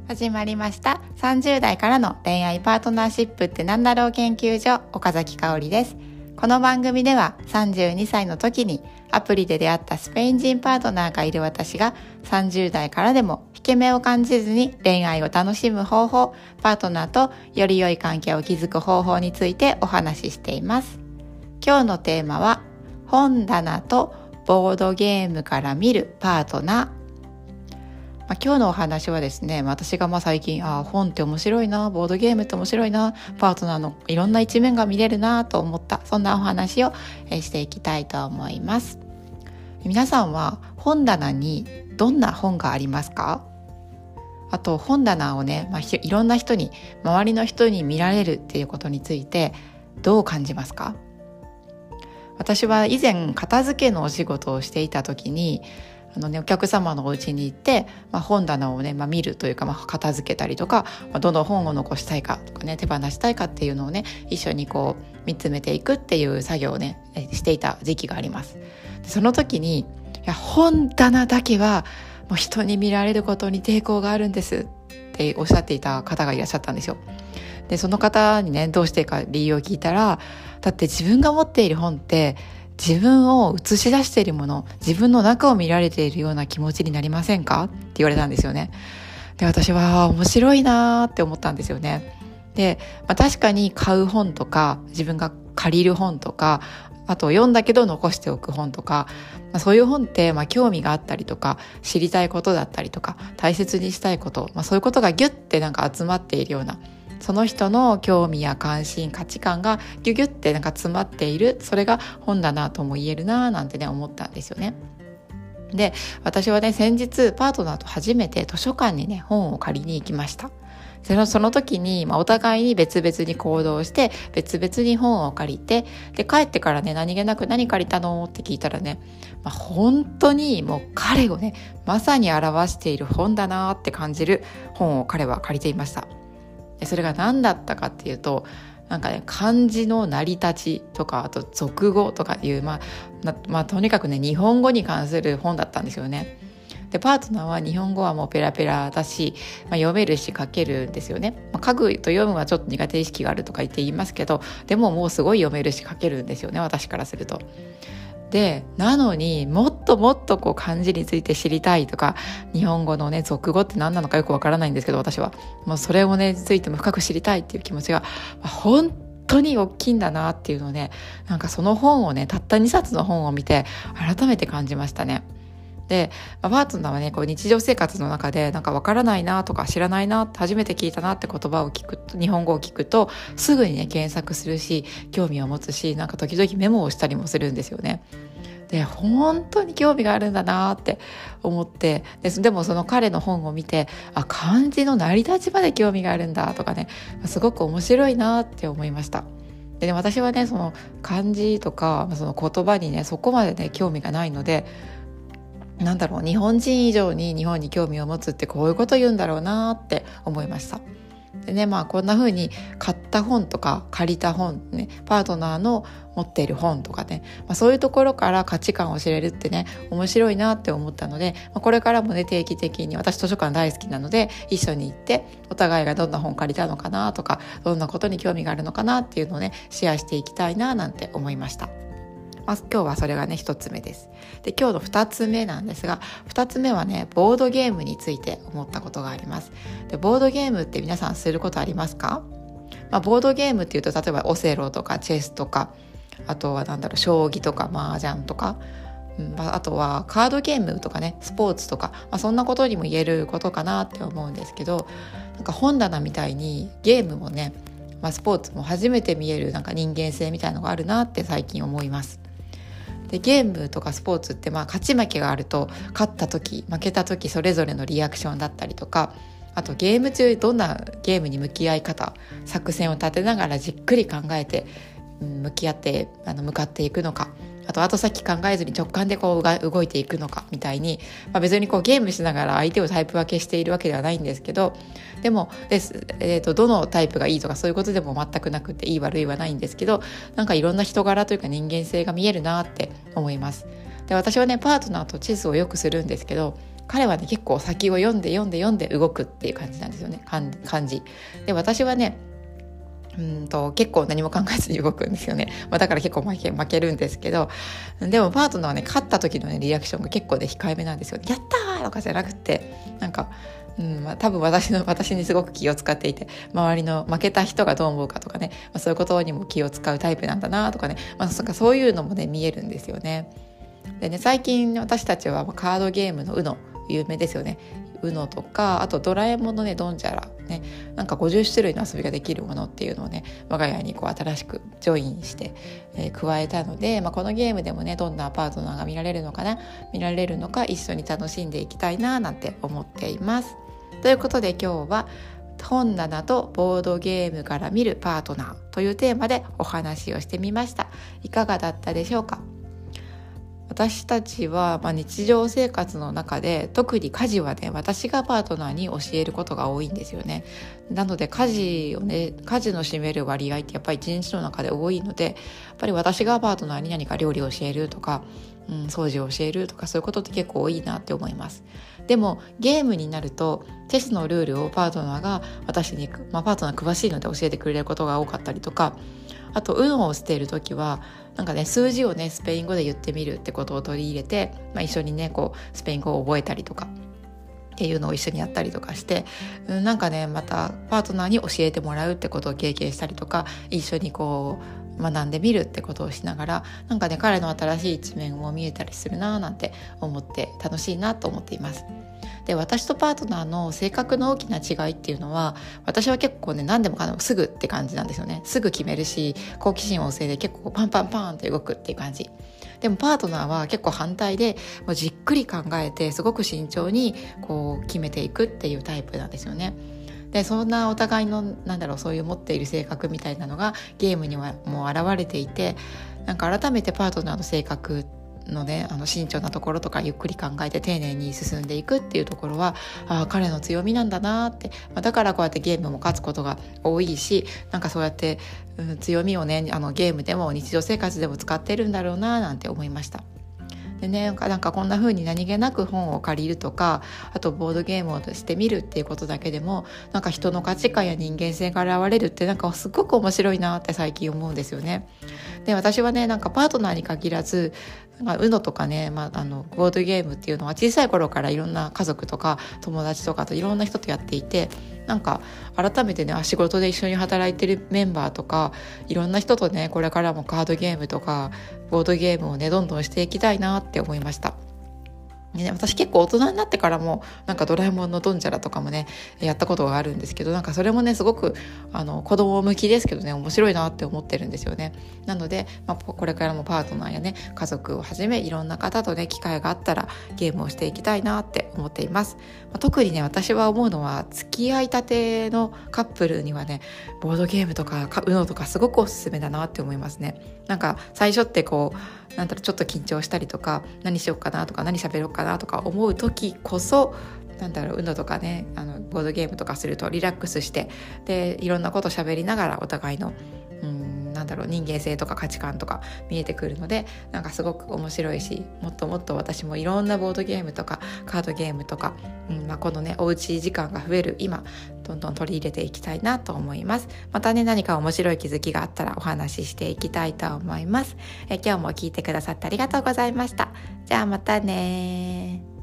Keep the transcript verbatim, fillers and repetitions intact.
始まりましたさんじゅう代からの恋愛パートナーシップってなんだろう研究所、岡崎香織です。この番組ではさんじゅうにさいの時にアプリで出会ったスペイン人パートナーがいる私がさんじゅう代からでも引け目を感じずに恋愛を楽しむ方法、パートナーとより良い関係を築く方法についてお話ししています。今日のテーマは本棚とボードゲームから見るパートナー。まあ、今日のお話はですね、私がまあ最近あ本って面白いな、ボードゲームって面白いな、パートナーのいろんな一面が見れるなと思った、そんなお話をしていきたいと思います。皆さんは本棚にどんな本がありますか？あと本棚をね、まあ、いろんな人に、周りの人に見られるっていうことについてどう感じますか？私は以前片付けのお仕事をしていた時にあのね、お客様のお家に行って、まあ、本棚をね、まあ、見るというか、まあ、片付けたりとか、まあ、どの本を残したいかとかね、手放したいかっていうのをね、一緒にこう見つめていくっていう作業をねしていた時期があります。でその時にいや本棚だけはもう人に見られることに抵抗があるんですっておっしゃっていた方がいらっしゃったんですよ。でその方にね、どうしてか理由を聞いたら、だって自分が持っている本って自分を映し出しているもの、自分の中を見られているような気持ちになりませんかって言われたんですよね。で私は面白いなーって思ったんですよね。で、まあ、確かに買う本とか自分が借りる本とか、あと読んだけど残しておく本とか、まあ、そういう本ってまあ興味があったりとか、知りたいことだったりとか、大切にしたいこと、まあ、そういうことがギュッてなんか集まっているような、その人の興味や関心、価値観がギュギュってなんか詰まっている、それが本だなとも言えるななんてね思ったんですよね。で私はね、先日パートナーと初めて図書館にね本を借りに行きました。その、その時に、まあ、お互いに別々に行動して別々に本を借りて、で帰ってからね、何気なく何借りたのって聞いたらね、まあ、本当にもう彼をねまさに表している本だなって感じる本を彼は借りていました。でそれが何だったかっていうと、なんかね、漢字の成り立ちとか、あと俗語とかいう、まあ、ままあ、とにかくね日本語に関する本だったんですよね。でパートナーは日本語はもうペラペラだし、まあ、読めるし書けるんですよね。まあ、書くと読むはちょっと苦手意識があるとか言って言いますけど、でももうすごい読めるし書けるんですよね、私からすると。でなのにもっともっとこう漢字について知りたいとか、日本語のね俗語って何なのかよくわからないんですけど、私はもうそれをねついても深く知りたいっていう気持ちが本当に大きいんだなっていうのをね、なんかその本をね、たったにさつの本を見て改めて感じましたね。でパートナーはね、こう日常生活の中でなんかわからないなとか知らないなって、初めて聞いたなって言葉を聞くと、日本語を聞くとすぐにね検索するし、興味を持つし、なんか時々メモをしたりもするんですよね。で本当に興味があるんだなって思って、ででもその彼の本を見て、あ漢字の成り立ちまで興味があるんだとかね、すごく面白いなって思いました。で、ね、私はねその漢字とかその言葉にねそこまでね興味がないので、なんだろう、日本人以上に日本に興味を持つってこういうこと言うんだろうなって思いました。でね、まあこんな風に買った本とか借りた本ね、パートナーの持っている本とかね、まあ、そういうところから価値観を知れるってね面白いなって思ったので、まあ、これからもね定期的に、私図書館大好きなので一緒に行ってお互いがどんな本借りたのかなとか、どんなことに興味があるのかなっていうのをねシェアしていきたいななんて思いました。まあ、今日はそれがね一つ目です。で今日の二つ目なんですが、二つ目はねボードゲームについて思ったことがあります。でボードゲームって皆さんすることありますか？まあ、ボードゲームっていうと例えばオセロとかチェスとか、あとはなんだろう将棋とか麻雀とか、うんまあ、あとはカードゲームとかねスポーツとか、まあ、そんなことにも言えることかなって思うんですけど、なんか本棚みたいにゲームもね、まあ、スポーツも初めて見えるなんか人間性みたいのがあるなって最近思います。でゲームとかスポーツってまあ勝ち負けがあると、勝った時負けた時それぞれのリアクションだったりとか、あとゲーム中どんなゲームに向き合い方、作戦を立てながらじっくり考えて向き合ってあの向かっていくのか、あと後先考えずに直感でこう動いていくのかみたいに、まあ、別にこうゲームしながら相手をタイプ分けしているわけではないんですけど、でもです、えーと、どのタイプがいいとかそういうことでも全くなくて、いい悪いはないんですけど、なんかいろんな人柄というか人間性が見えるなって思います。 で私はねパートナーとチェスをよくするんですけど、彼はね結構先を読んで読んで読んで動くっていう感じなんですよね、感じで。私はねうんと結構何も考えずに動くんですよね、まあ、だから結構負け、負けるんですけど、でもパートナーはね勝った時の、ね、リアクションが結構ね控えめなんですよ。やったーとかじゃなくて、なんか、うんまあ、多分私の私にすごく気を使っていて、周りの負けた人がどう思うかとかね、まあ、そういうことにも気を使うタイプなんだなとかね、まあ、そそういうのもね見えるんですよね。でね、最近私たちはカードゲームの ウノ 有名ですよね。ウノとか、あとドラえもんのねドンジャラね、なんかごじゅっしゅるいの遊びができるものっていうのをね我が家にこう新しくジョインして、えー、加えたので、まあ、このゲームでもねどんなパートナーが見られるのかな見られるのか一緒に楽しんでいきたいななんて思っています。ということで今日は本棚とボードゲームから見るパートナーというテーマでお話をしてみました。いかがだったでしょうか。私たちは、まあ、日常生活の中で特に家事はね私がパートナーに教えることが多いんですよね。なので家事をね家事の占める割合ってやっぱり一日の中で多いので、やっぱり私がパートナーに何か料理を教えるとか、うん、掃除を教えるとかそういうことって結構多いなって思います。でもゲームになるとチェスのルールをパートナーが私に、まあ、パートナー詳しいので教えてくれることが多かったりとか、あと ウノ をしている時はなんかね数字をねスペイン語で言ってみるってことを取り入れて、まあ、一緒にねこうスペイン語を覚えたりとかっていうのを一緒にやったりとかして、うん、なんかねまたパートナーに教えてもらうってことを経験したりとか、一緒にこう学んでみるってことをしながら、なんかね彼の新しい一面も見えたりするななんて思って楽しいなと思っています。で私とパートナーの性格の大きな違いっていうのは、私は結構ね何でもかんでもすぐって感じなんですよね。すぐ決めるし好奇心旺盛で結構パンパンパンって動くっていう感じでもパートナーは結構反対で、もうじっくり考えてすごく慎重にこう決めていくっていうタイプなんですよね。でそんなお互いのなんだろうそういう持っている性格みたいなのがゲームにはもう現れていて、なんか改めてパートナーの性格のねあの慎重なところとかゆっくり考えて丁寧に進んでいくっていうところは、あ彼の強みなんだなって、まあ、だからこうやってゲームも勝つことが多いし、なんかそうやって、うん、強みをねあのゲームでも日常生活でも使ってるんだろうななんて思いました。でね、なんかなんかこんな風に何気なく本を借りるとか、あとボードゲームをしてみるっていうことだけでもなんか人の価値観や人間性が現れるってなんかすごく面白いなって最近思うんですよね。で私はねなんかパートナーに限らずなんか ウノ とかね、まあ、あのボードゲームっていうのは小さい頃からいろんな家族とか友達とかといろんな人とやっていて、なんか改めてね仕事で一緒に働いてるメンバーとかいろんな人とねこれからもカードゲームとかボードゲームをねどんどんしていきたいなって思いました。ね、私結構大人になってからもなんかドラえもんのドンジャラとかもねやったことがあるんですけど、なんかそれもねすごくあの子供向きですけどね面白いなって思ってるんですよね。なので、まあ、これからもパートナーやね家族をはじめいろんな方とね機会があったらゲームをしていきたいなって思っています。まあ、特にね私は思うのは付き合いたてのカップルにはねボードゲームとか ウノ とかすごくおすすめだなって思いますね。なんか最初ってこうなんだろうちょっと緊張したりとか何しようかなとか何喋ろうかなとか思う時こそなんだろう ウノ とかねあのボードゲームとかするとリラックスしてでいろんなこと喋りながらお互いのうんなんだろう人間性とか価値観とか見えてくるので、なんかすごく面白いし、もっともっと私もいろんなボードゲームとかカードゲームとか、うんまあ、このねおうち時間が増える今どんどん取り入れていきたいなと思います。またね何か面白い気づきがあったらお話ししていきたいと思います。え今日も聞いてくださってありがとうございました。じゃあまたね。